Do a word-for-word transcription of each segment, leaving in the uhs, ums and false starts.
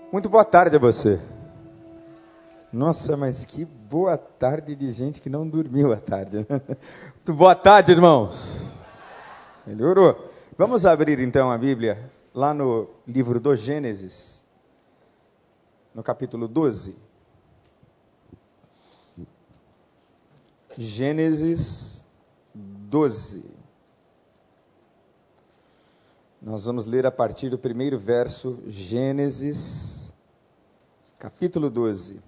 Muito boa tarde a você. Nossa, mas que boa tarde de gente que não dormiu à tarde. Muito boa tarde, irmãos. Melhorou. Vamos abrir então a Bíblia lá no livro do Gênesis, no capítulo doze. Gênesis doze. Nós vamos ler a partir do primeiro verso, Gênesis, capítulo doze.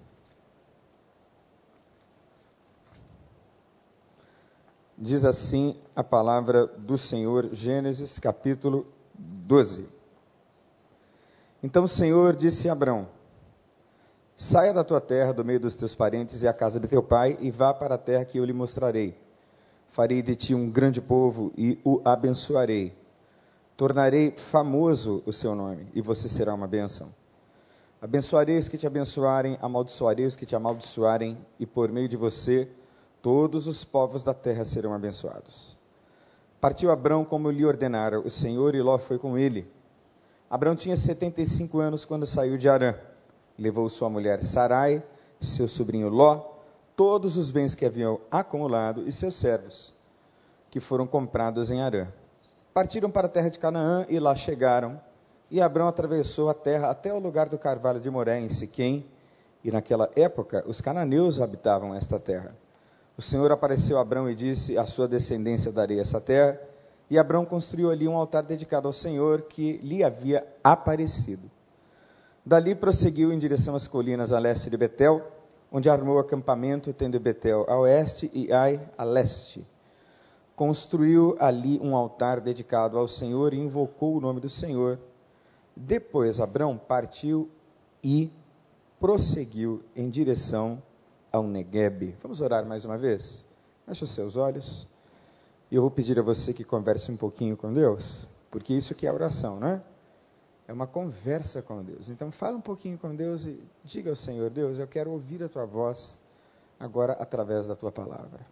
Diz assim a palavra do Senhor, Gênesis, capítulo doze. Então o Senhor disse a Abrão: saia da tua terra, do meio dos teus parentes e a casa de teu pai, e vá para a terra que eu lhe mostrarei. Farei de ti um grande povo e o abençoarei. Tornarei famoso o seu nome, e você será uma bênção. Abençoarei os que te abençoarem, amaldiçoarei os que te amaldiçoarem, e por meio de você, todos os povos da terra serão abençoados. Partiu Abrão como lhe ordenara o Senhor, e Ló foi com ele. Abrão tinha setenta e cinco anos quando saiu de Harã. Levou sua mulher Sarai, seu sobrinho Ló, todos os bens que haviam acumulado, e seus servos, que foram comprados em Harã. Partiram para a terra de Canaã e lá chegaram, e Abrão atravessou a terra até o lugar do carvalho de Moré, em Siquém, e naquela época os cananeus habitavam esta terra. O Senhor apareceu a Abrão e disse: a sua descendência darei essa terra, e Abrão construiu ali um altar dedicado ao Senhor, que lhe havia aparecido. Dali prosseguiu em direção às colinas a leste de Betel, onde armou acampamento, tendo Betel a oeste e Ai a leste. Construiu ali um altar dedicado ao Senhor e invocou o nome do Senhor. Depois Abrão partiu e prosseguiu em direção ao Neguebe. Vamos orar mais uma vez? Feche os seus olhos. E eu vou pedir a você que converse um pouquinho com Deus, porque isso que é oração, não é? É uma conversa com Deus. Então fala um pouquinho com Deus e diga ao Senhor: Deus, eu quero ouvir a tua voz agora através da tua palavra.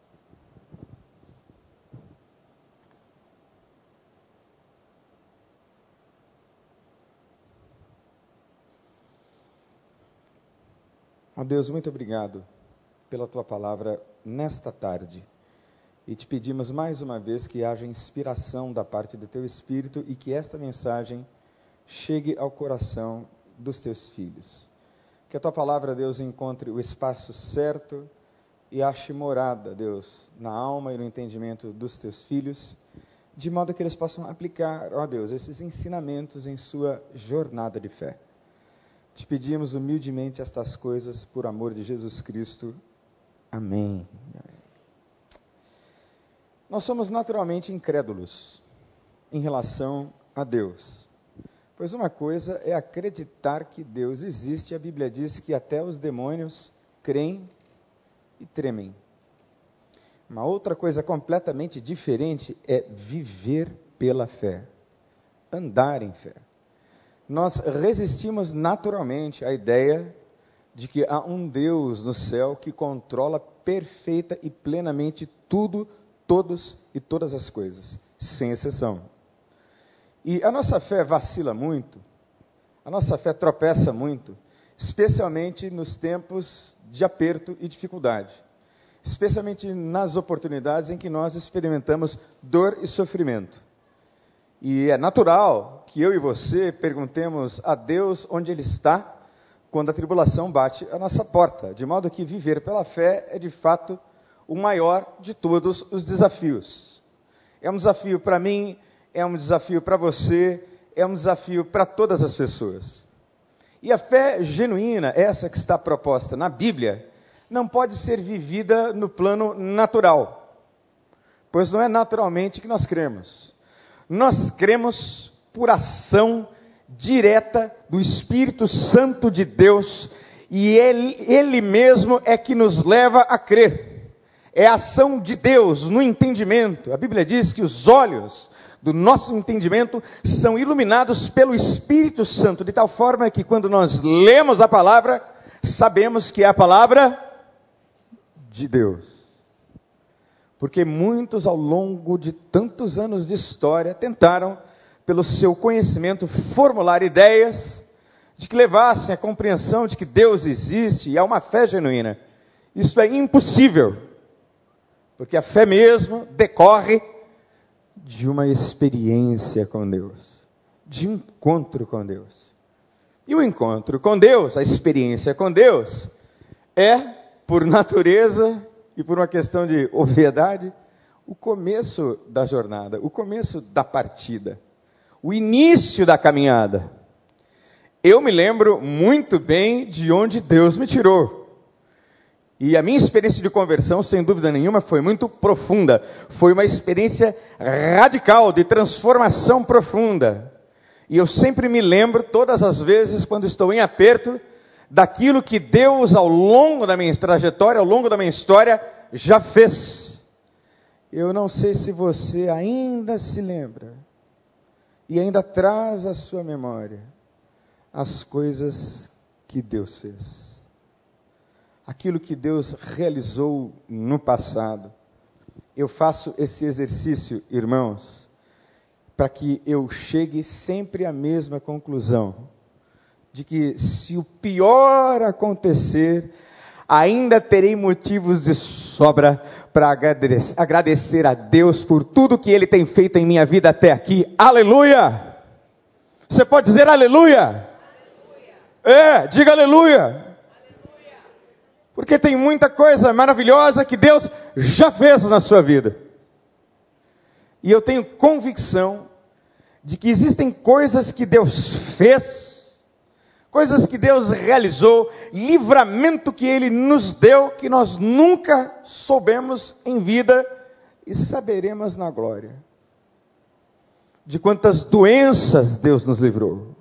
Ó Deus, muito obrigado pela tua palavra nesta tarde. E te pedimos mais uma vez que haja inspiração da parte do teu Espírito e que esta mensagem chegue ao coração dos teus filhos. Que a tua palavra, Deus, encontre o espaço certo e ache morada, Deus, na alma e no entendimento dos teus filhos, de modo que eles possam aplicar, ó Deus, esses ensinamentos em sua jornada de fé. Te pedimos humildemente estas coisas por amor de Jesus Cristo. Amém. Nós somos naturalmente incrédulos em relação a Deus. Pois uma coisa é acreditar que Deus existe, e a Bíblia diz que até os demônios creem e tremem. Uma outra coisa completamente diferente é viver pela fé, andar em fé. Nós resistimos naturalmente à ideia de que há um Deus no céu que controla perfeita e plenamente tudo, todos e todas as coisas, sem exceção. E a nossa fé vacila muito, a nossa fé tropeça muito, especialmente nos tempos de aperto e dificuldade, especialmente nas oportunidades em que nós experimentamos dor e sofrimento. E é natural que eu e você perguntemos a Deus onde Ele está quando a tribulação bate à nossa porta, de modo que viver pela fé é de fato o maior de todos os desafios. É um desafio para mim, é um desafio para você, é um desafio para todas as pessoas. E a fé genuína, essa que está proposta na Bíblia, não pode ser vivida no plano natural, pois não é naturalmente que nós cremos. Nós cremos por ação direta do Espírito Santo de Deus, e Ele, Ele mesmo é que nos leva a crer. É a ação de Deus no entendimento. A Bíblia diz que os olhos do nosso entendimento são iluminados pelo Espírito Santo, de tal forma que quando nós lemos a palavra, sabemos que é a palavra de Deus. Porque muitos ao longo de tantos anos de história tentaram, pelo seu conhecimento, formular ideias de que levassem a compreensão de que Deus existe e há uma fé genuína. Isso é impossível, porque a fé mesmo decorre de uma experiência com Deus, de um encontro com Deus. E o encontro com Deus, a experiência com Deus, é, por natureza e por uma questão de obviedade, o começo da jornada, o começo da partida, o início da caminhada. Eu me lembro muito bem de onde Deus me tirou. E a minha experiência de conversão, sem dúvida nenhuma, foi muito profunda. Foi uma experiência radical, de transformação profunda. E eu sempre me lembro, todas as vezes, quando estou em aperto, daquilo que Deus, ao longo da minha trajetória, ao longo da minha história, já fez. Eu não sei se você ainda se lembra, e ainda traz à sua memória, as coisas que Deus fez. Aquilo que Deus realizou no passado. Eu faço esse exercício, irmãos, para que eu chegue sempre à mesma conclusão, de que se o pior acontecer, ainda terei motivos de sobra para agradecer a Deus por tudo que Ele tem feito em minha vida até aqui. Aleluia! Você pode dizer aleluia? Aleluia. É, diga aleluia! Porque tem muita coisa maravilhosa que Deus já fez na sua vida. E eu tenho convicção de que existem coisas que Deus fez, coisas que Deus realizou, livramento que Ele nos deu, que nós nunca soubemos em vida e saberemos na glória. De quantas doenças Deus nos livrou,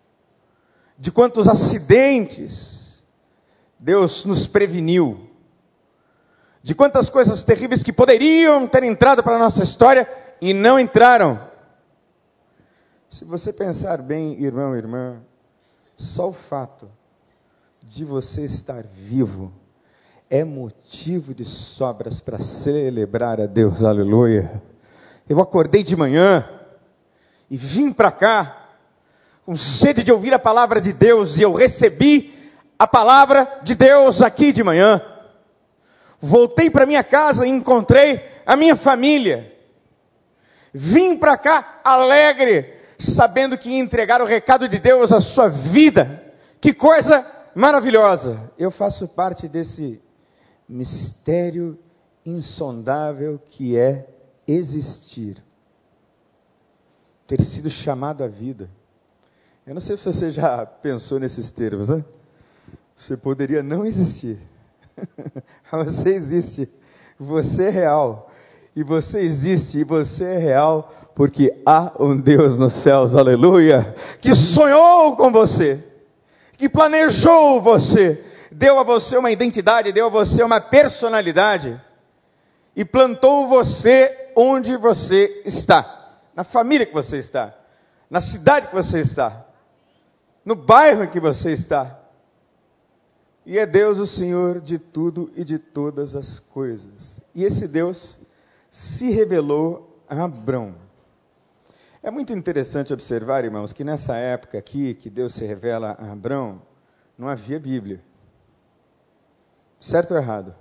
de quantos acidentes Deus nos preveniu, de quantas coisas terríveis que poderiam ter entrado para a nossa história e não entraram. Se você pensar bem, irmão e irmã, só o fato de você estar vivo é motivo de sobras para celebrar a Deus, aleluia. Eu acordei de manhã e vim para cá com sede de ouvir a palavra de Deus, e eu recebi a palavra de Deus aqui de manhã. Voltei para minha casa e encontrei a minha família. Vim para cá alegre, sabendo que ia entregar o recado de Deus à sua vida. Que coisa maravilhosa! Eu faço parte desse mistério insondável que é existir. Ter sido chamado à vida. Eu não sei se você já pensou nesses termos, né? Você poderia não existir. Você existe. Você é real. E você existe, e você é real, porque há um Deus nos céus, aleluia, que sonhou com você, que planejou você, deu a você uma identidade, deu a você uma personalidade, e plantou você onde você está, na família que você está, na cidade que você está, no bairro em que você está. E é Deus o Senhor de tudo e de todas as coisas. E esse Deus se revelou a Abrão. É muito interessante observar, irmãos, que nessa época aqui, que Deus se revela a Abrão, não havia Bíblia. Certo ou errado?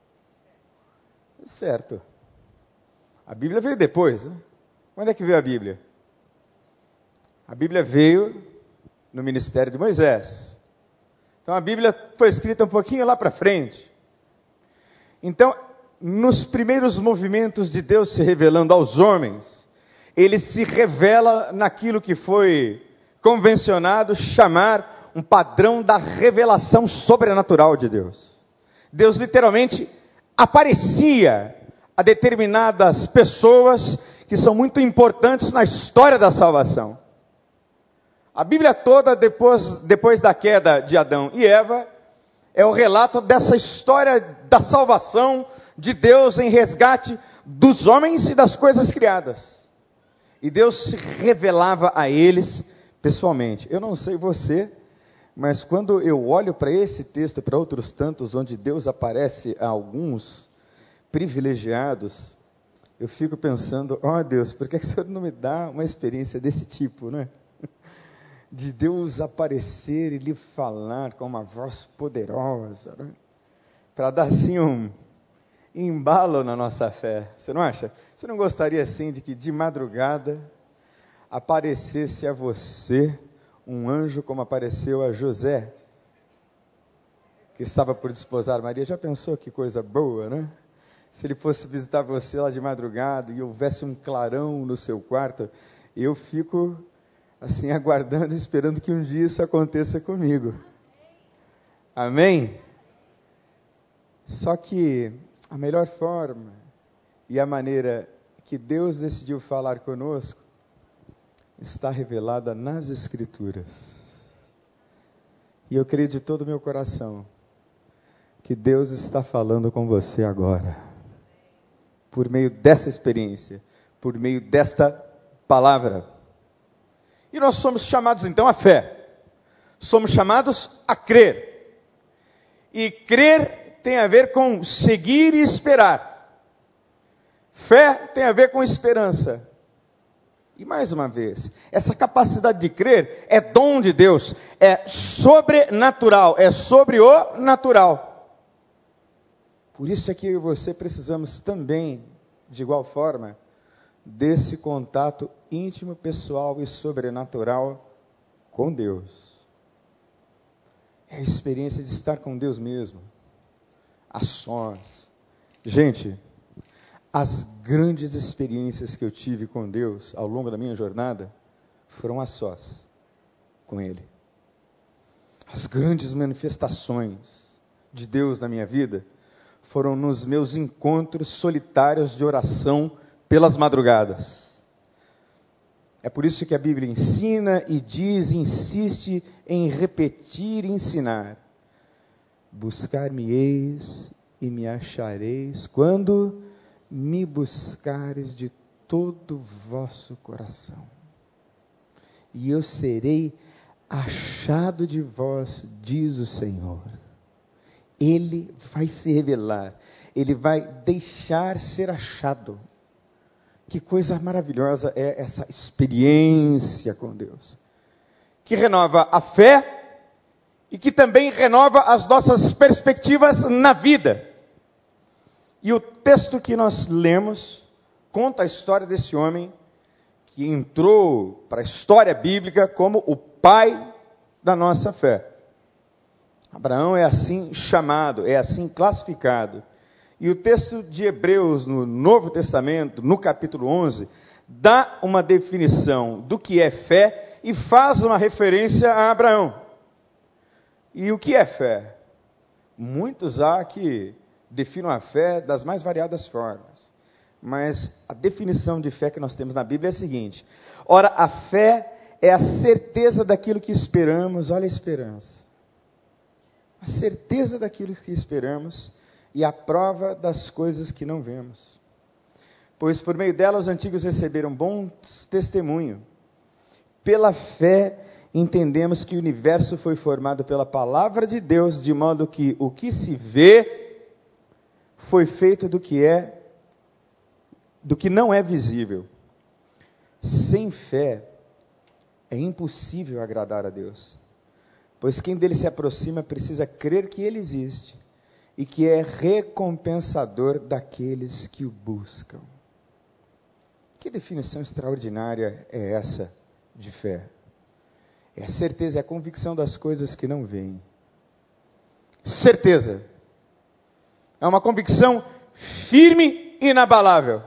Certo. A Bíblia veio depois, né? Quando é que veio a Bíblia? A Bíblia veio no ministério de Moisés. Então a Bíblia foi escrita um pouquinho lá para frente. Então, nos primeiros movimentos de Deus se revelando aos homens, Ele se revela naquilo que foi convencionado chamar um padrão da revelação sobrenatural de Deus. Deus literalmente aparecia a determinadas pessoas que são muito importantes na história da salvação. A Bíblia toda, depois, depois da queda de Adão e Eva, é o relato dessa história da salvação de Deus em resgate dos homens e das coisas criadas. E Deus se revelava a eles pessoalmente. Eu não sei você, mas quando eu olho para esse texto, para outros tantos, onde Deus aparece a alguns privilegiados, eu fico pensando, ó oh, Deus, por que o Senhor não me dá uma experiência desse tipo, né? de Deus aparecer e lhe falar com uma voz poderosa, né? Para dar assim um embalo na nossa fé. Você não acha? Você não gostaria assim de que de madrugada aparecesse a você um anjo como apareceu a José, que estava por desposar Maria? Já pensou que coisa boa, né? Se ele fosse visitar você lá de madrugada e houvesse um clarão no seu quarto, eu fico assim aguardando, esperando que um dia isso aconteça comigo. Amém? Só que a melhor forma e a maneira que Deus decidiu falar conosco está revelada nas Escrituras. E eu creio de todo o meu coração que Deus está falando com você agora, por meio dessa experiência, por meio desta palavra. E nós somos chamados então à fé, somos chamados a crer. E crer tem a ver com seguir e esperar. Fé tem a ver com esperança. E mais uma vez, essa capacidade de crer é dom de Deus, é sobrenatural, é sobre o natural. Por isso é que eu e você precisamos também, de igual forma, desse contato íntimo, pessoal e sobrenatural com Deus. É a experiência de estar com Deus mesmo, a sós. Gente, as grandes experiências que eu tive com Deus ao longo da minha jornada foram a sós com Ele. As grandes manifestações de Deus na minha vida foram nos meus encontros solitários de oração pelas madrugadas. É por isso que a Bíblia ensina e diz, insiste em repetir e ensinar. Buscar-me-eis e me achareis quando me buscares de todo o vosso coração. E eu serei achado de vós, diz o Senhor. Ele vai se revelar, Ele vai deixar ser achado. Que coisa maravilhosa é essa experiência com Deus, que renova a fé e que também renova as nossas perspectivas na vida. E o texto que nós lemos conta a história desse homem que entrou para a história bíblica como o pai da nossa fé. Abraão é assim chamado, é assim classificado. E o texto de Hebreus, no Novo Testamento, no capítulo onze, dá uma definição do que é fé e faz uma referência a Abraão. E o que é fé? Muitos há que definem a fé das mais variadas formas. Mas a definição de fé que nós temos na Bíblia é a seguinte: ora, a fé é a certeza daquilo que esperamos. Olha a esperança. A certeza daquilo que esperamos e a prova das coisas que não vemos. Pois por meio dela os antigos receberam bom testemunho. Pela fé entendemos que o universo foi formado pela palavra de Deus, de modo que o que se vê foi feito do que é, do que não é visível. Sem fé é impossível agradar a Deus, pois quem dele se aproxima precisa crer que ele existe e que é recompensador daqueles que o buscam. Que definição extraordinária é essa de fé? É a certeza, é a convicção das coisas que não veem. Certeza. É uma convicção firme e inabalável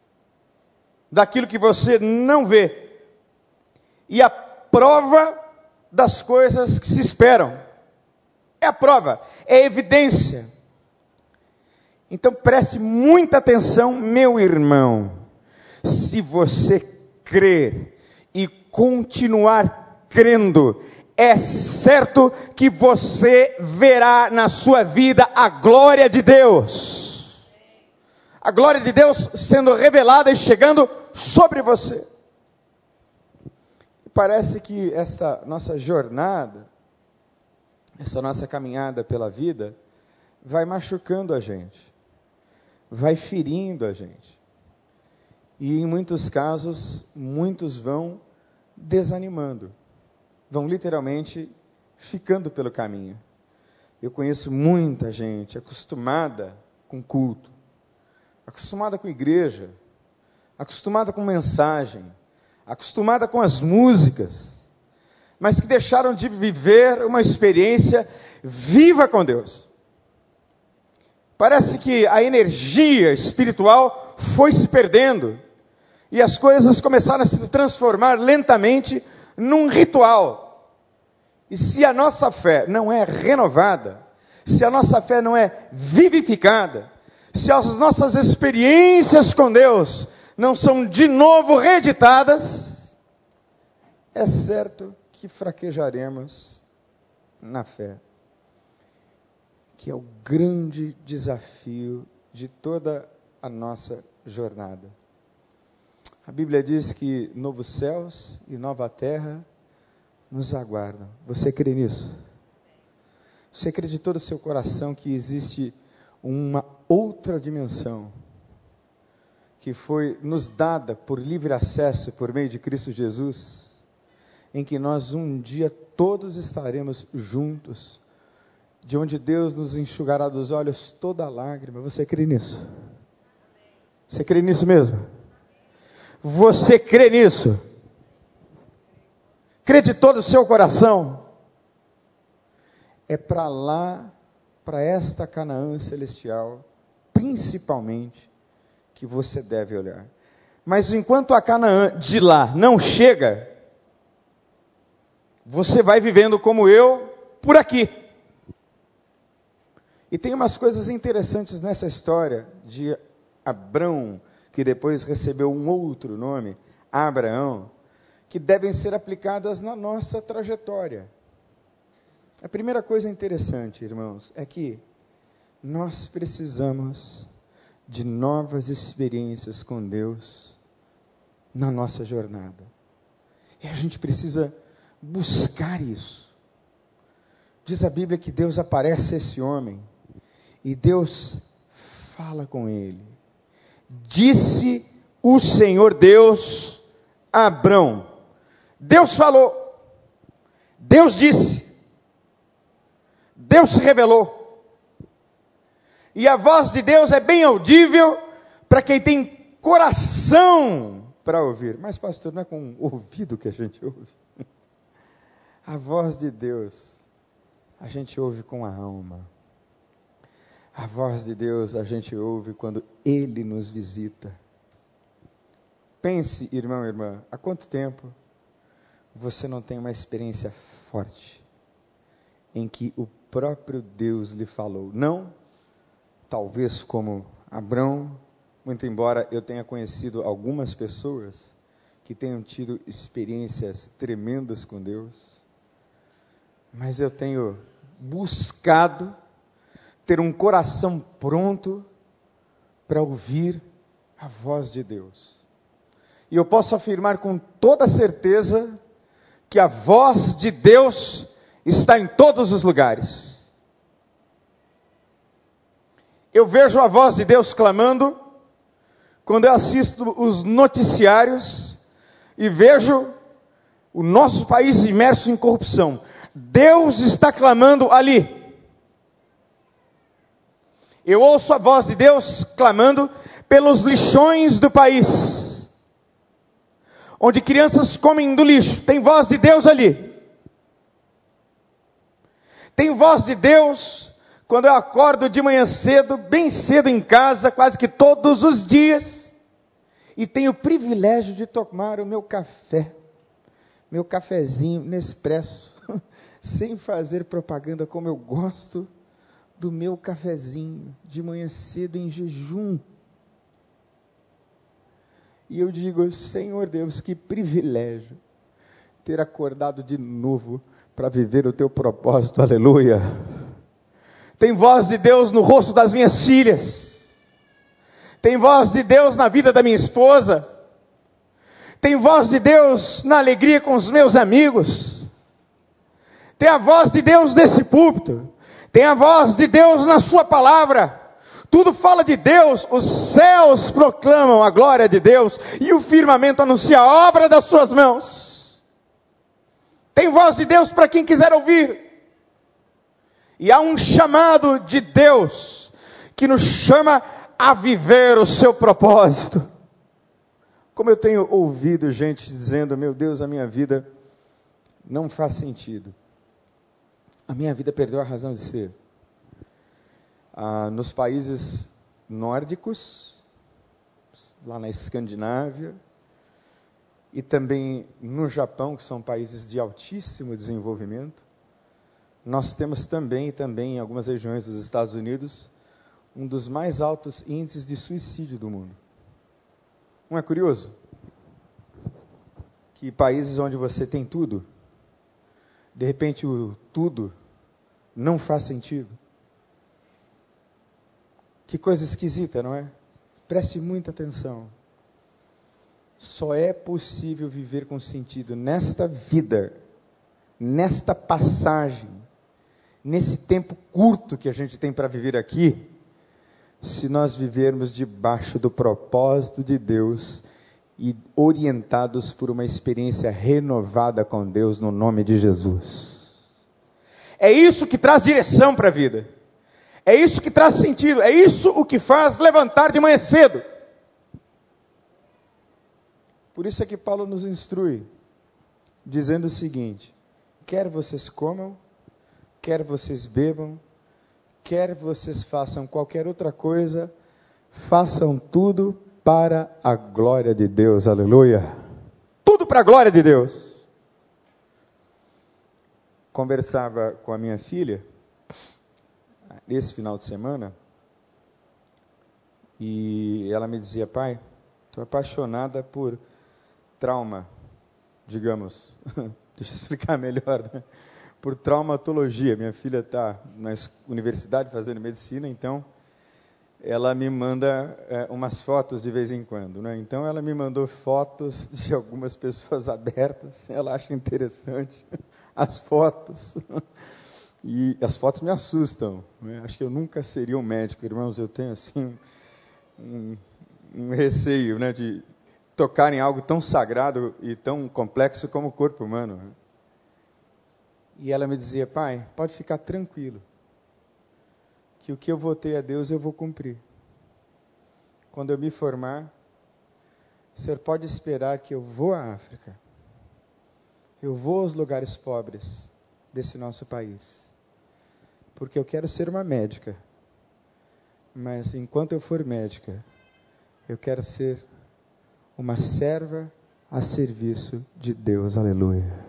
daquilo que você não vê. E a prova das coisas que se esperam. É a prova, é a evidência. Então preste muita atenção, meu irmão. Se você crer e continuar crendo, é certo que você verá na sua vida a glória de Deus. A glória de Deus sendo revelada e chegando sobre você. Parece que esta nossa jornada, essa nossa caminhada pela vida, vai machucando a gente, vai ferindo a gente. E em muitos casos, muitos vão desanimando. vão literalmente ficando pelo caminho. Eu conheço muita gente acostumada com culto, acostumada com igreja, acostumada com mensagem, acostumada com as músicas, mas que deixaram de viver uma experiência viva com Deus. Parece que a energia espiritual foi se perdendo e as coisas começaram a se transformar lentamente num ritual. E se a nossa fé não é renovada, se a nossa fé não é vivificada, se as nossas experiências com Deus não são de novo reeditadas, é certo que fraquejaremos na fé, que é o grande desafio de toda a nossa jornada. A Bíblia diz que novos céus e nova terra nos aguardam. Você crê nisso? Você crê de todo o seu coração que existe uma outra dimensão que foi nos dada por livre acesso por meio de Cristo Jesus, em que nós um dia todos estaremos juntos, de onde Deus nos enxugará dos olhos toda lágrima? Você crê nisso? Você crê nisso mesmo? Você crê nisso? Crê de todo o seu coração? É para lá, para esta Canaã celestial, principalmente, que você deve olhar. Mas enquanto a Canaã de lá não chega, você vai vivendo como eu, por aqui. E tem umas coisas interessantes nessa história de Abrão, que depois recebeu um outro nome, Abraão, que devem ser aplicadas na nossa trajetória. A primeira coisa interessante, irmãos, é que nós precisamos de novas experiências com Deus na nossa jornada. E a gente precisa buscar isso. Diz a Bíblia que Deus aparece a esse homem e Deus fala com ele. Disse o Senhor Deus a Abrão. Deus falou, Deus disse, Deus se revelou, e a voz de Deus é bem audível para quem tem coração para ouvir. Mas pastor, não é com o ouvido que a gente ouve? A voz de Deus a gente ouve com a alma. A voz de Deus a gente ouve quando Ele nos visita. Pense, irmão e irmã, há quanto tempo você não tem uma experiência forte em que o próprio Deus lhe falou? Não, talvez como Abrão, muito embora eu tenha conhecido algumas pessoas que tenham tido experiências tremendas com Deus, mas eu tenho buscado ter um coração pronto para ouvir a voz de Deus. E eu posso afirmar com toda certeza que a voz de Deus está em todos os lugares. Eu vejo a voz de Deus clamando quando eu assisto os noticiários e vejo o nosso país imerso em corrupção. Deus está clamando ali. Eu ouço a voz de Deus clamando pelos lixões do país, onde crianças comem do lixo. Tem voz de Deus ali. Tem voz de Deus quando eu acordo de manhã cedo, bem cedo em casa, quase que todos os dias, e tenho o privilégio de tomar o meu café, meu cafezinho Nespresso, sem fazer propaganda, como eu gosto do meu cafezinho de manhã cedo em jejum. E eu digo, Senhor Deus, que privilégio ter acordado de novo para viver o teu propósito, aleluia. Tem voz de Deus no rosto das minhas filhas, tem voz de Deus na vida da minha esposa, tem voz de Deus na alegria com os meus amigos, tem a voz de Deus nesse púlpito, tem a voz de Deus na sua palavra. Tudo fala de Deus, os céus proclamam a glória de Deus e o firmamento anuncia a obra das suas mãos. Tem voz de Deus para quem quiser ouvir. E há um chamado de Deus que nos chama a viver o seu propósito. Como eu tenho ouvido gente dizendo, meu Deus, a minha vida não faz sentido. A minha vida perdeu a razão de ser. Ah, nos países nórdicos, lá na Escandinávia, e também no Japão, que são países de altíssimo desenvolvimento, nós temos também, também em algumas regiões dos Estados Unidos, um dos mais altos índices de suicídio do mundo. Não é curioso? Que países onde você tem tudo, de repente o tudo não faz sentido. Que coisa esquisita, não é? Preste muita atenção. Só é possível viver com sentido nesta vida, nesta passagem, nesse tempo curto que a gente tem para viver aqui, se nós vivermos debaixo do propósito de Deus e orientados por uma experiência renovada com Deus no nome de Jesus. É isso que traz direção para a vida. É isso que traz sentido. É isso o que faz levantar de manhã cedo. Por isso é que Paulo nos instrui, dizendo o seguinte: quer vocês comam, quer vocês bebam, quer vocês façam qualquer outra coisa, façam tudo para a glória de Deus, aleluia. Tudo para a glória de Deus. Conversava com a minha filha, esse final de semana, e ela me dizia, pai, estou apaixonada por trauma, digamos, deixa eu explicar melhor, né? Por traumatologia. Minha filha está na universidade fazendo medicina, então ela me manda é, umas fotos de vez em quando, né? Então ela me mandou fotos de algumas pessoas abertas, ela acha interessante as fotos, e as fotos me assustam, né? Acho que eu nunca seria um médico, irmãos, eu tenho assim um, um receio, né, de tocar em algo tão sagrado e tão complexo como o corpo humano, né? E ela me dizia, pai, pode ficar tranquilo, que o que eu votei a Deus eu vou cumprir. Quando eu me formar, o senhor pode esperar que eu vou à África, eu vou aos lugares pobres desse nosso país, porque eu quero ser uma médica, mas enquanto eu for médica, eu quero ser uma serva a serviço de Deus, aleluia.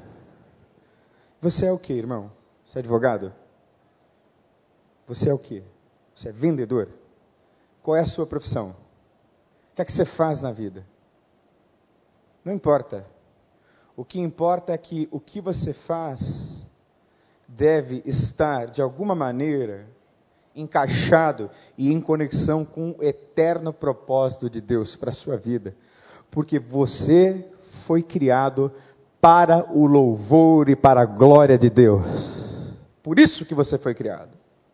Você é o que, irmão? Você é advogado? Você é o que? Você é vendedor? Qual é a sua profissão? O que é que você faz na vida? Não importa. O que importa é que o que você faz deve estar, de alguma maneira, encaixado e em conexão com o eterno propósito de Deus para a sua vida. Porque você foi criado para o louvor e para a glória de Deus. Por isso que você foi criado.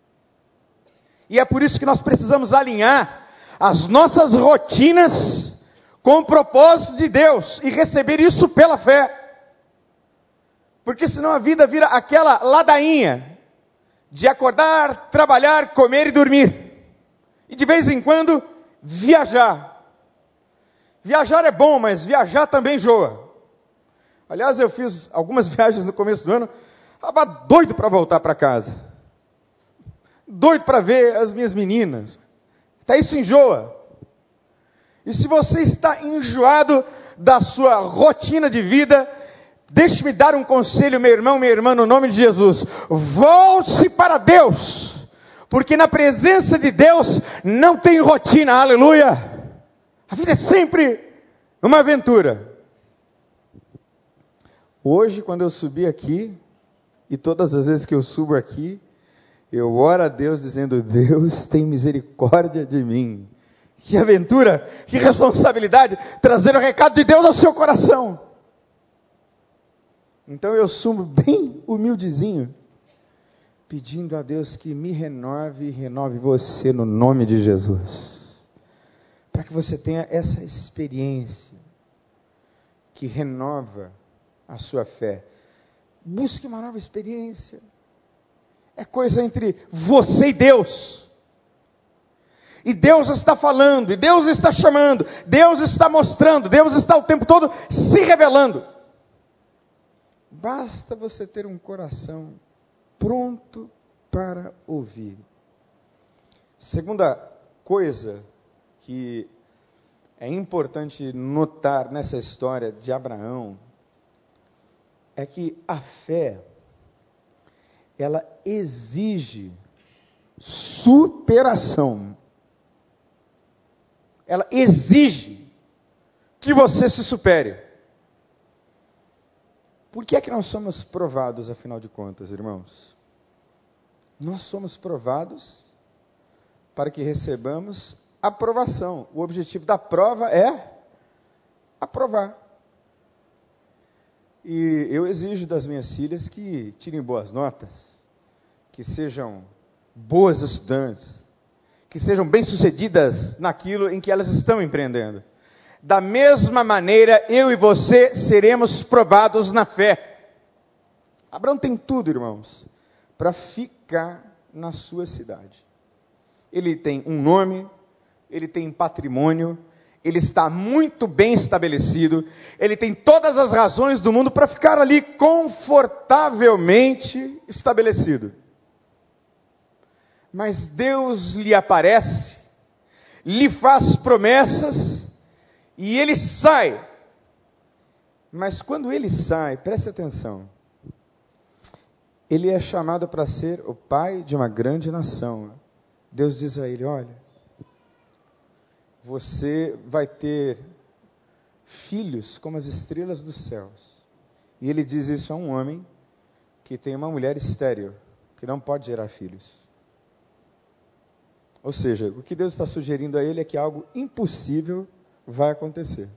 E é por isso que nós precisamos alinhar as nossas rotinas com o propósito de Deus e receber isso pela fé. Porque senão a vida vira aquela ladainha de acordar, trabalhar, comer e dormir. E de vez em quando viajar. Viajar é bom, mas viajar também enjoa. Aliás, eu fiz algumas viagens no começo do ano, estava doido para voltar para casa. Doido para ver as minhas meninas. Até isso enjoa. E se você está enjoado da sua rotina de vida, deixe-me dar um conselho, meu irmão, minha irmã, no nome de Jesus. Volte-se para Deus, porque na presença de Deus não tem rotina, aleluia. A vida é sempre uma aventura. Hoje, quando eu subi aqui, e todas as vezes que eu subo aqui, eu oro a Deus dizendo, Deus tem misericórdia de mim. Que aventura, que responsabilidade, trazer o recado de Deus ao seu coração. Então eu subo bem humildezinho, pedindo a Deus que me renove e renove você no nome de Jesus. Para que você tenha essa experiência que renova a sua fé. Busque uma nova experiência. É coisa entre você e Deus. E Deus está falando, e Deus está chamando, Deus está mostrando, Deus está o tempo todo se revelando. Basta você ter um coração pronto para ouvir. Segunda coisa que é importante notar nessa história de Abraão é que a fé, ela exige superação. Ela exige que você se supere. Por que é que nós somos provados, afinal de contas, irmãos? Nós somos provados para que recebamos aprovação. O objetivo da prova é aprovar. E eu exijo das minhas filhas que tirem boas notas, que sejam boas estudantes, que sejam bem-sucedidas naquilo em que elas estão empreendendo. Da mesma maneira, eu e você seremos provados na fé. Abraão tem tudo, irmãos, para ficar na sua cidade. Ele tem um nome, ele tem patrimônio, ele está muito bem estabelecido, ele tem todas as razões do mundo para ficar ali confortavelmente estabelecido. Mas Deus lhe aparece, lhe faz promessas, e ele sai. Mas quando ele sai, preste atenção, ele é chamado para ser o pai de uma grande nação. Deus diz a ele, olha, você vai ter filhos como as estrelas dos céus. E ele diz isso a um homem que tem uma mulher estéril, que não pode gerar filhos. Ou seja, o que Deus está sugerindo a ele é que algo impossível vai acontecer.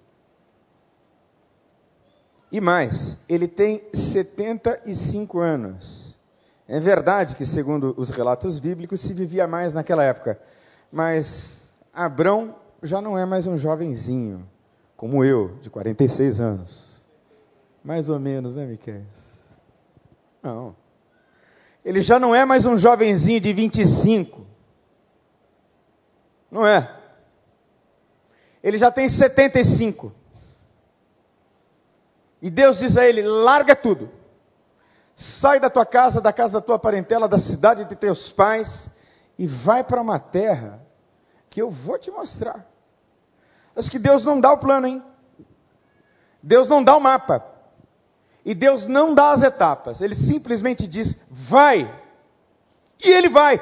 E mais, ele tem setenta e cinco anos. É verdade que, segundo os relatos bíblicos, se vivia mais naquela época. Mas Abrão já não é mais um jovenzinho, como eu, de quarenta e seis anos. Mais ou menos, né, Miquel? Não. Ele já não é mais um jovenzinho de vinte e cinco. Não é. Ele já tem setenta e cinco. E Deus diz a ele, larga tudo. Sai da tua casa, da casa da tua parentela, da cidade de teus pais, e vai para uma terra que eu vou te mostrar. Acho que Deus não dá o plano, hein? Deus não dá o mapa. E Deus não dá as etapas. Ele simplesmente diz, vai. E ele vai.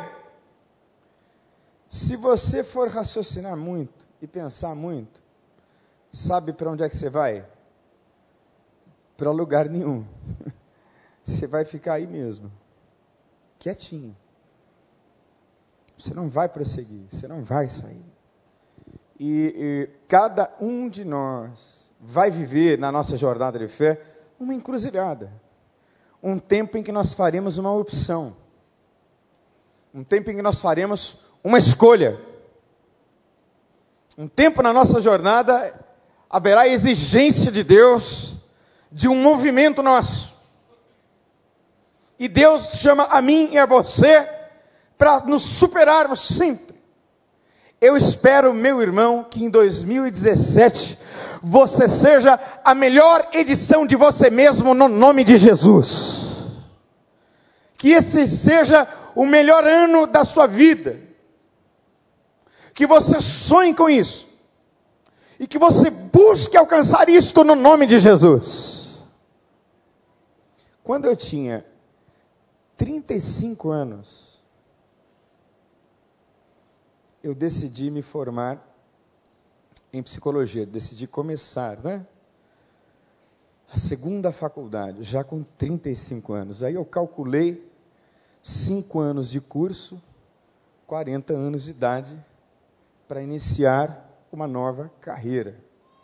Se você for raciocinar muito e pensar muito, sabe para onde é que você vai? Para lugar nenhum. Você vai ficar aí mesmo, quietinho. Você não vai prosseguir, você não vai sair. E, e cada um de nós vai viver na nossa jornada de fé uma encruzilhada. Um tempo em que nós faremos uma opção. Um tempo em que nós faremos uma escolha. Um tempo na nossa jornada haverá exigência de Deus de um movimento nosso. E Deus chama a mim e a você para nos superarmos sempre. Eu espero, meu irmão, que em dois mil e dezessete você seja a melhor edição de você mesmo no nome de Jesus. Que esse seja o melhor ano da sua vida. Que você sonhe com isso. E que você busque alcançar isto no nome de Jesus. Quando eu tinha trinta e cinco anos, eu decidi me formar em psicologia, decidi começar, né? A segunda faculdade, já com trinta e cinco anos. Aí eu calculei cinco anos de curso, quarenta anos de idade, para iniciar uma nova carreira.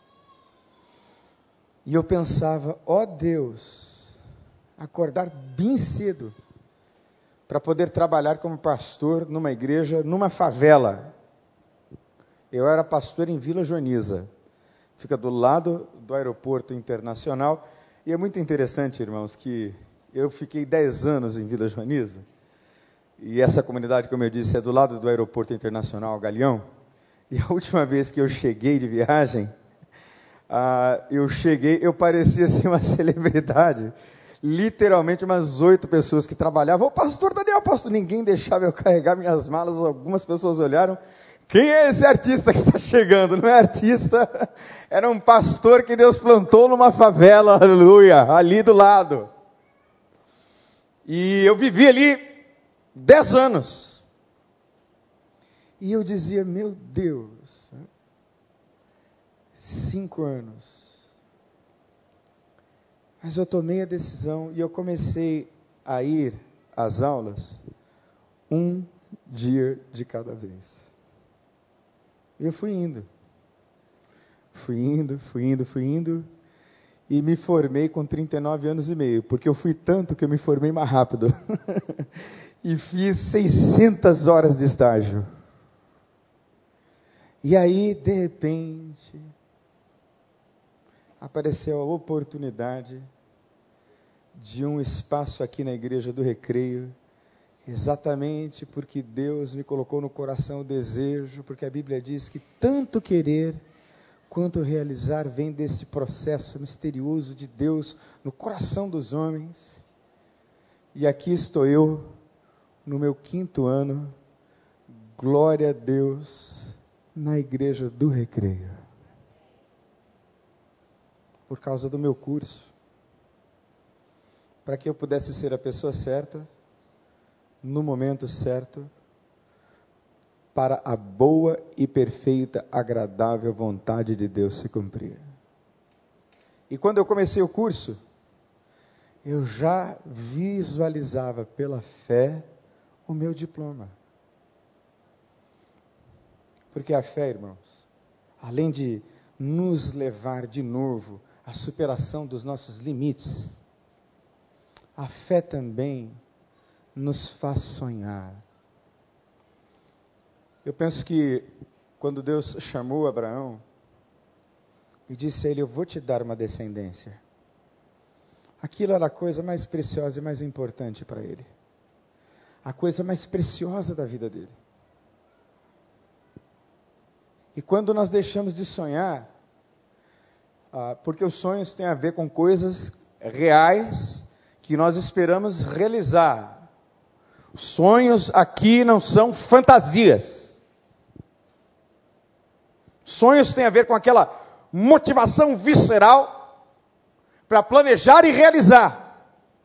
E eu pensava, ó Deus, acordar bem cedo, para poder trabalhar como pastor numa igreja, numa favela. Eu era pastor em Vila Joaniza, fica do lado do aeroporto internacional, e é muito interessante, irmãos, que Eu fiquei dez anos em Vila Joaniza, e essa comunidade, como eu disse, é do lado do Aeroporto Internacional Galeão. E a última vez que eu cheguei de viagem, uh, eu cheguei, eu parecia assim uma celebridade. Literalmente umas oito pessoas que trabalhavam. Ô pastor Daniel, pastor, ninguém deixava eu carregar minhas malas. Algumas pessoas olharam. Quem é esse artista que está chegando? Não é artista, era um pastor que Deus plantou numa favela, aleluia, ali do lado. E eu vivi ali dez anos. E eu dizia, meu Deus, cinco anos. Mas eu tomei a decisão e eu comecei a ir às aulas um dia de cada vez. E eu fui indo. Fui indo, fui indo, fui indo. E me formei com trinta e nove anos e meio. Porque eu fui tanto que eu me formei mais rápido. E fiz seiscentas horas de estágio. E aí, de repente, apareceu a oportunidade de um espaço aqui na Igreja do Recreio, exatamente porque Deus me colocou no coração o desejo, porque a Bíblia diz que tanto querer quanto realizar vem desse processo misterioso de Deus no coração dos homens. E aqui estou eu, no meu quinto ano, glória a Deus, na Igreja do Recreio. Por causa do meu curso, para que eu pudesse ser a pessoa certa, no momento certo, para a boa e perfeita, agradável vontade de Deus se cumprir. E quando eu comecei o curso, eu já visualizava pela fé o meu diploma. Porque a fé, irmãos, além de nos levar de novo à superação dos nossos limites, a fé também nos faz sonhar. Eu penso que quando Deus chamou Abraão e disse a ele, eu vou te dar uma descendência, aquilo era a coisa mais preciosa e mais importante para ele. A coisa mais preciosa da vida dele. E quando nós deixamos de sonhar, ah, porque os sonhos têm a ver com coisas reais que nós esperamos realizar. Sonhos aqui não são fantasias. Sonhos têm a ver com aquela motivação visceral para planejar e realizar.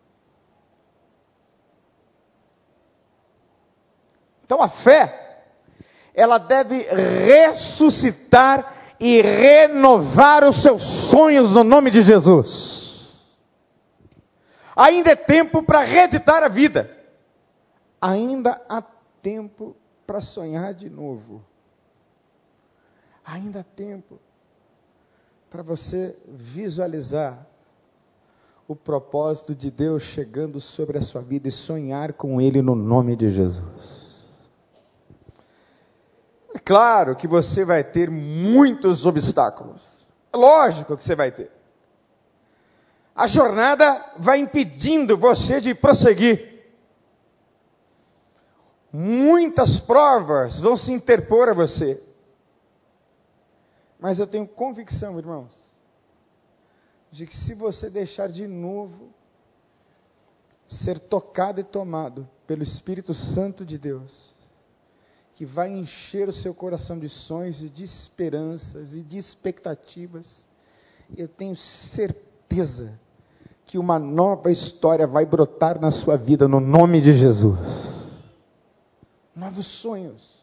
Então a fé, ela deve ressuscitar e renovar os seus sonhos no nome de Jesus. Ainda é tempo para reeditar a vida. Ainda há tempo para sonhar de novo. Ainda há tempo para você visualizar o propósito de Deus chegando sobre a sua vida e sonhar com Ele no nome de Jesus. É claro que você vai ter muitos obstáculos. É lógico que você vai ter. A jornada vai impedindo você de prosseguir. Muitas provas vão se interpor a você. Mas eu tenho convicção, irmãos, de que se você deixar de novo ser tocado e tomado pelo Espírito Santo de Deus, que vai encher o seu coração de sonhos e de esperanças e de expectativas, eu tenho certeza que uma nova história vai brotar na sua vida no nome de Jesus. Novos sonhos.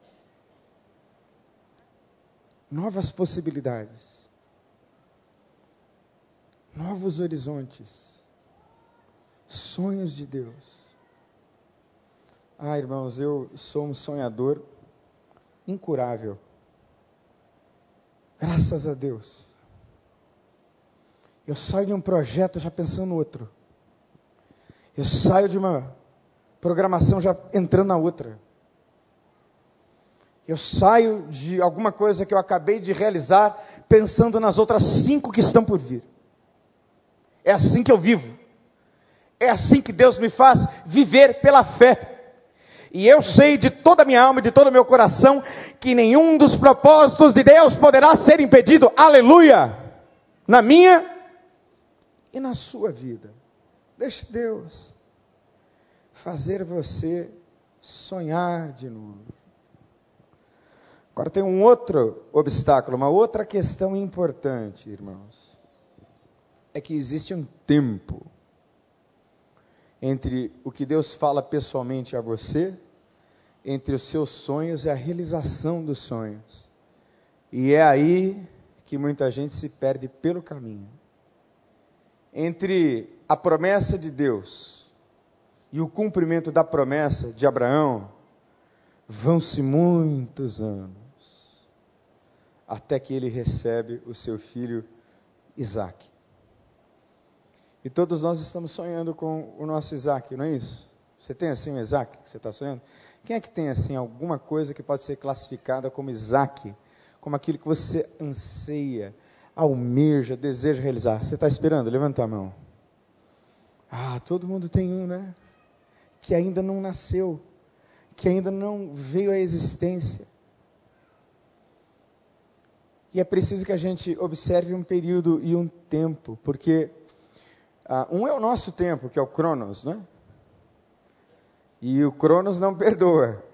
Novas possibilidades. Novos horizontes. Sonhos de Deus. Ah, irmãos, eu sou um sonhador incurável. Graças a Deus. Eu saio de um projeto já pensando no outro. Eu saio de uma programação já entrando na outra. Eu saio de alguma coisa que eu acabei de realizar pensando nas outras cinco que estão por vir. É assim que eu vivo. É assim que Deus me faz viver pela fé. E eu sei de toda a minha alma, de todo o meu coração, que nenhum dos propósitos de Deus poderá ser impedido. Aleluia! Na minha e na sua vida. Deixe Deus fazer você sonhar de novo. Agora tem um outro obstáculo, uma outra questão importante, irmãos. É que existe um tempo entre o que Deus fala pessoalmente a você, entre os seus sonhos e a realização dos sonhos. E é aí que muita gente se perde pelo caminho. Entre a promessa de Deus e o cumprimento da promessa de Abraão, vão-se muitos anos, até que ele recebe o seu filho Isaque. E todos nós estamos sonhando com o nosso Isaque, não é isso? Você tem assim um Isaque que você está sonhando? Quem é que tem assim alguma coisa que pode ser classificada como Isaque? Como aquilo que você anseia, almeja, deseja realizar? Você está esperando? Levanta a mão. Ah, todo mundo tem um, né? Que ainda não nasceu, que ainda não veio à existência. E é preciso que a gente observe um período e um tempo, porque ah, um é o nosso tempo, que é o Cronos, né? E o Cronos não perdoa.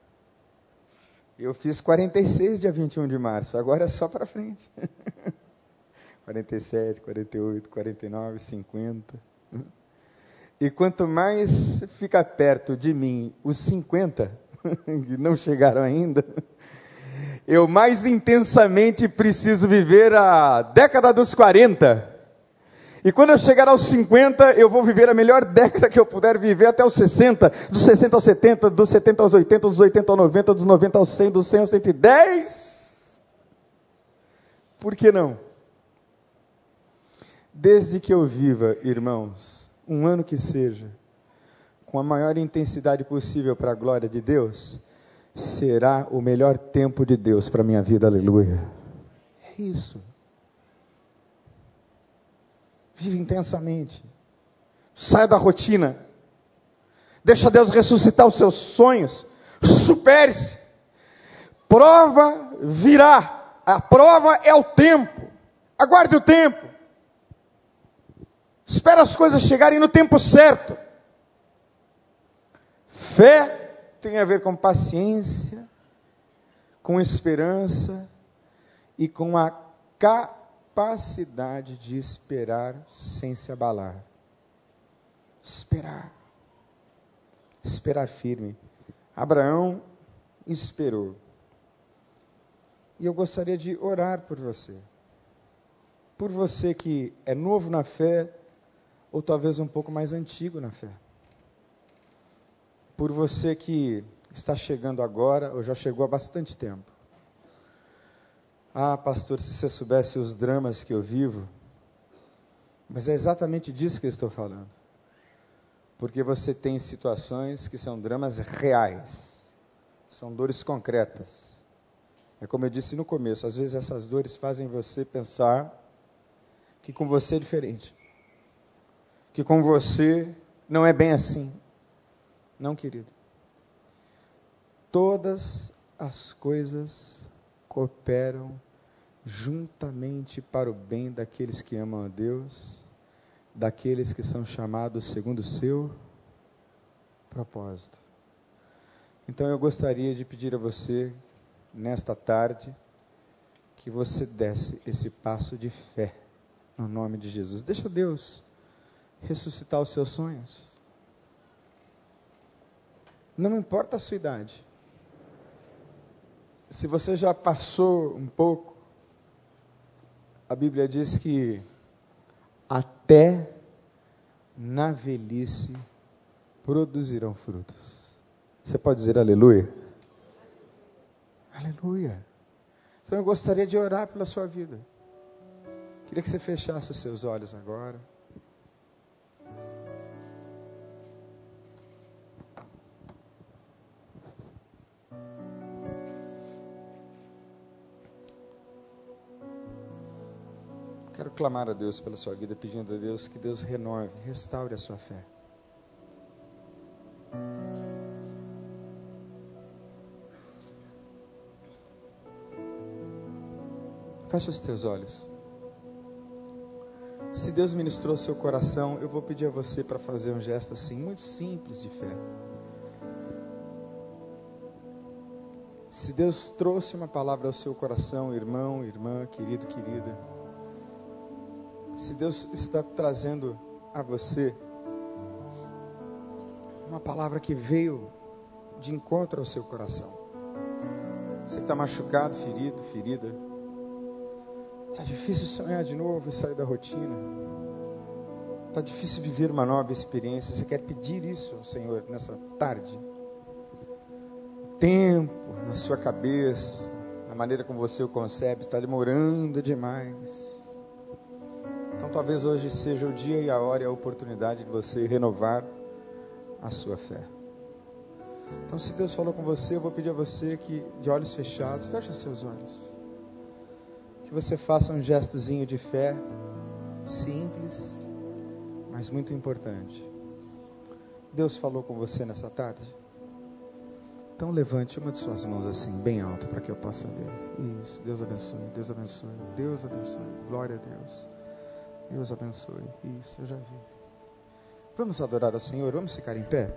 Eu fiz quarenta e seis dia vinte e um de março, agora é só para frente. quarenta e sete, quarenta e oito, quarenta e nove, cinquenta. E quanto mais fica perto de mim os cinquenta, que não chegaram ainda, eu mais intensamente preciso viver a década dos quarenta. E quando eu chegar aos cinquenta, eu vou viver a melhor década que eu puder viver até os sessenta, dos sessenta aos setenta, dos setenta aos oitenta, dos oitenta aos noventa, dos noventa aos cem, dos cem aos cento e dez. Por que não? Desde que eu viva, irmãos, um ano que seja, com a maior intensidade possível para a glória de Deus, será o melhor tempo de Deus para a minha vida, aleluia. É isso. Vive intensamente. Saia da rotina. Deixa Deus ressuscitar os seus sonhos. Supere-se. Prova virá. A prova é o tempo. Aguarde o tempo. Espera as coisas chegarem no tempo certo. Fé tem a ver com paciência, com esperança e com a capacidade de esperar sem se abalar. Esperar. Esperar firme. Abraão esperou. E eu gostaria de orar por você. Por você que é novo na fé, ou talvez um pouco mais antigo na fé. Por você que está chegando agora, ou já chegou há bastante tempo. Ah, pastor, se você soubesse os dramas que eu vivo. Mas é exatamente disso que eu estou falando. Porque você tem situações que são dramas reais. São dores concretas. É como eu disse no começo, às vezes essas dores fazem você pensar que com você é diferente. Que com você não é bem assim. Não, querido. Todas as coisas cooperam juntamente para o bem daqueles que amam a Deus, daqueles que são chamados segundo o seu propósito. Então eu gostaria de pedir a você, nesta tarde, que você desse esse passo de fé, no nome de Jesus. Deixa Deus ressuscitar os seus sonhos. Não importa a sua idade. Se você já passou um pouco, a Bíblia diz que até na velhice produzirão frutos. Você pode dizer aleluia? Aleluia. Então eu gostaria de orar pela sua vida. Queria que você fechasse os seus olhos agora. Quero clamar a Deus pela sua vida, pedindo a Deus que Deus renove, restaure a sua fé. Feche os teus olhos. Se Deus ministrou o seu coração, eu vou pedir a você para fazer um gesto assim, muito simples de fé. Se Deus trouxe uma palavra ao seu coração, irmão, irmã, querido, querida. Se Deus está trazendo a você uma palavra que veio de encontro ao seu coração. Você que está machucado, ferido, ferida. Está difícil sonhar de novo e sair da rotina. Está difícil viver uma nova experiência. Você quer pedir isso ao Senhor nessa tarde? O tempo na sua cabeça, na maneira como você o concebe, está demorando demais. Então talvez hoje seja o dia e a hora e a oportunidade de você renovar a sua fé. Então se Deus falou com você, eu vou pedir a você que, de olhos fechados, feche os seus olhos. Que você faça um gestozinho de fé, simples, mas muito importante. Deus falou com você nessa tarde? Então levante uma de suas mãos assim, bem alto, para que eu possa ver. Isso, Deus abençoe, Deus abençoe, Deus abençoe, glória a Deus. Deus abençoe, isso, eu já vi. Vamos adorar ao Senhor, vamos ficar em pé?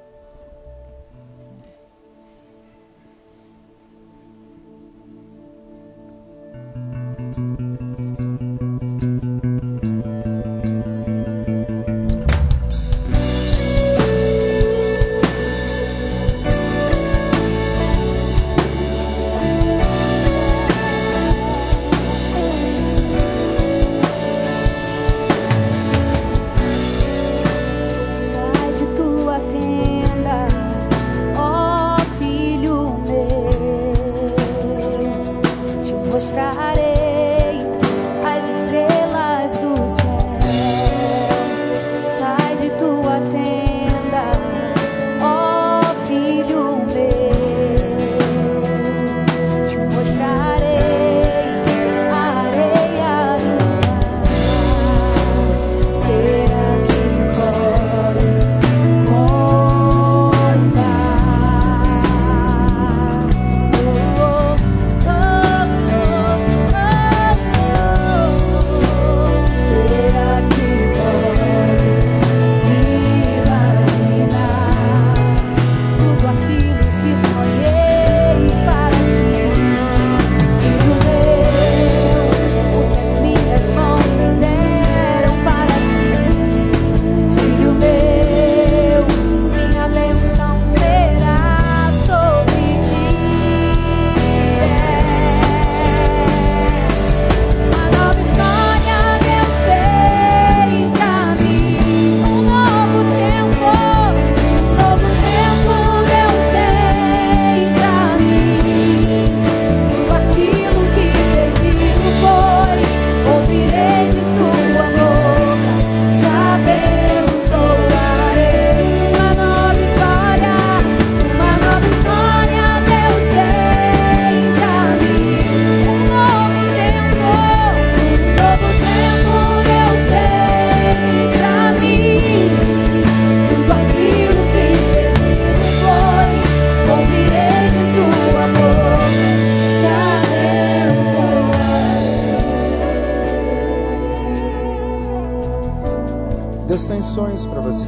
Deus tem sonhos para você.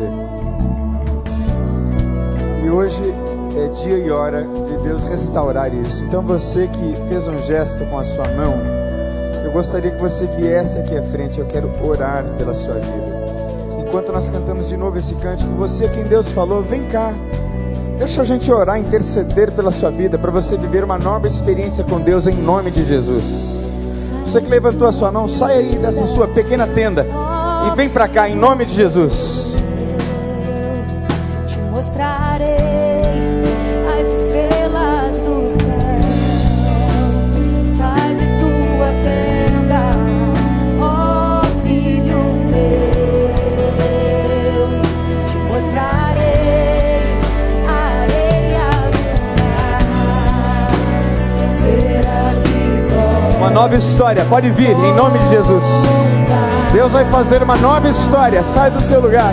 E hoje é dia e hora de Deus restaurar isso. Então você que fez um gesto com a sua mão, eu gostaria que você viesse aqui à frente. Eu quero orar pela sua vida. Enquanto nós cantamos de novo esse cântico, você quem Deus falou, vem cá. Deixa a gente orar, interceder pela sua vida, para você viver uma nova experiência com Deus em nome de Jesus. Você que levantou a sua mão, sai aí dessa sua pequena tenda e vem para cá em nome de Jesus. Te mostrarei as estrelas do céu. Sai de tua tenda, ó filho meu. Te mostrarei a areia do mar. Será que pode Uma nova história, pode vir em nome de Jesus. Deus vai fazer uma nova história. Sai do seu lugar.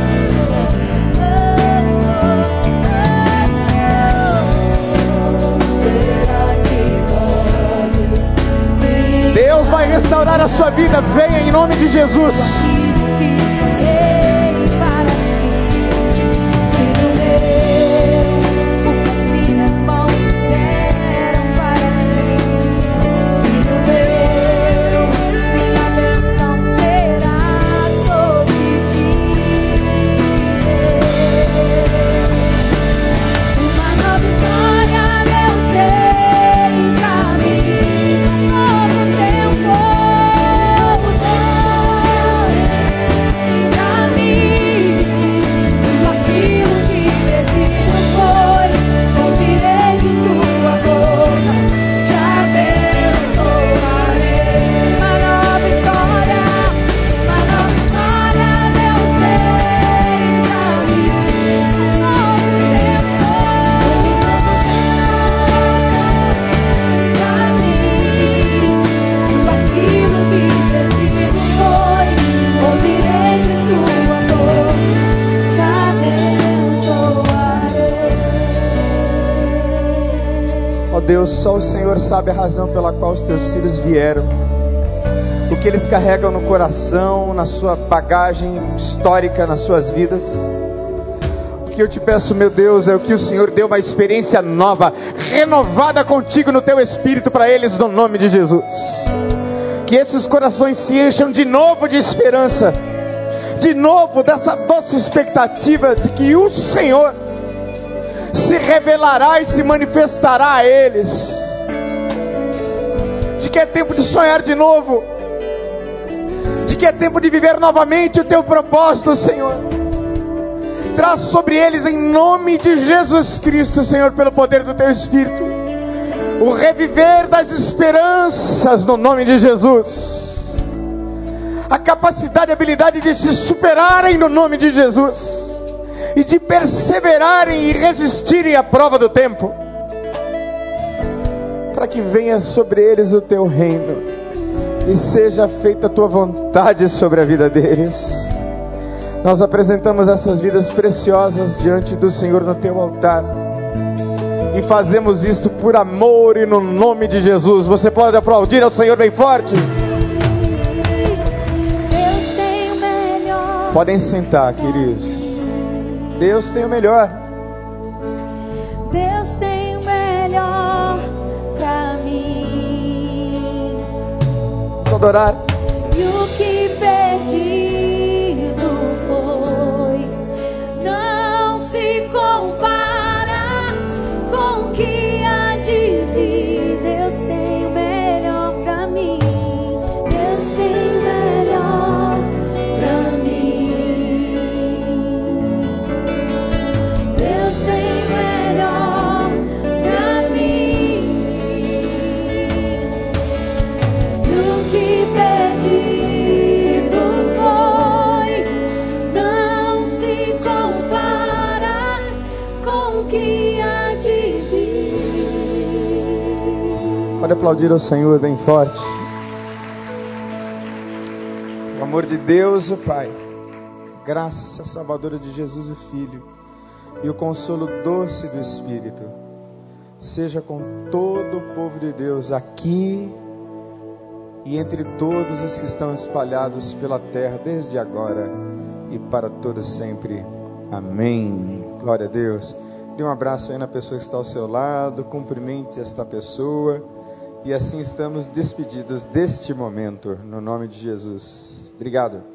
Deus vai restaurar a sua vida, venha em nome de Jesus. Aquilo que sonhei para ti, filho meu, o que as minhas mãos fizeram para ti, filho meu, minha bênção será sobre ti. Uma nova história Deus tem pra mim, um novo tempo pra mim. Tudo aquilo que preciso foi, ouvirei de sua boca, te abençoarei. Uma nova história, uma nova história Deus tem pra mim, um novo tempo pra mim. Tudo aquilo que preciso foi, ouvirei de sua boca, te abençoarei. Ó Deus, só o Senhor sabe a razão pela qual os teus filhos vieram, o que eles carregam no coração, na sua bagagem histórica, nas suas vidas. O que eu te peço, meu Deus, é o que o Senhor deu uma experiência nova, renovada contigo no teu espírito para eles, no nome de Jesus. Que esses corações se encham de novo de esperança, de novo dessa doce expectativa de que o Senhor se revelará e se manifestará a eles, de que é tempo de sonhar de novo, de que é tempo de viver novamente o teu propósito, Senhor. Traz sobre eles, em nome de Jesus Cristo, Senhor, pelo poder do teu Espírito, o reviver das esperanças no nome de Jesus, a capacidade e habilidade de se superarem no nome de Jesus, e de perseverarem e resistirem à prova do tempo, para que venha sobre eles o teu reino e seja feita a tua vontade sobre a vida deles. Nós apresentamos essas vidas preciosas diante do Senhor no teu altar, e fazemos isto por amor e no nome de Jesus. Você pode aplaudir ao Senhor bem forte? Deus tem o melhor. Podem sentar, queridos. Deus tem o melhor. Deus tem o melhor pra mim. Vamos adorar. E o que perdido foi não se compara com o que há de vir. Deus tem o melhor pra mim. Deus tem o melhor pra mim. Deus tem o melhor pra mim. E o que perdido foi não se compara com o que há de vir. Pode aplaudir ao Senhor bem forte. O amor de Deus, o Pai, graça salvadora de Jesus, o Filho, e o consolo doce do Espírito, seja com todo o povo de Deus aqui e entre todos os que estão espalhados pela terra, desde agora e para todos sempre. Amém. Glória a Deus. Dê um abraço aí na pessoa que está ao seu lado, cumprimente esta pessoa, e assim estamos despedidos deste momento, no nome de Jesus. Obrigado.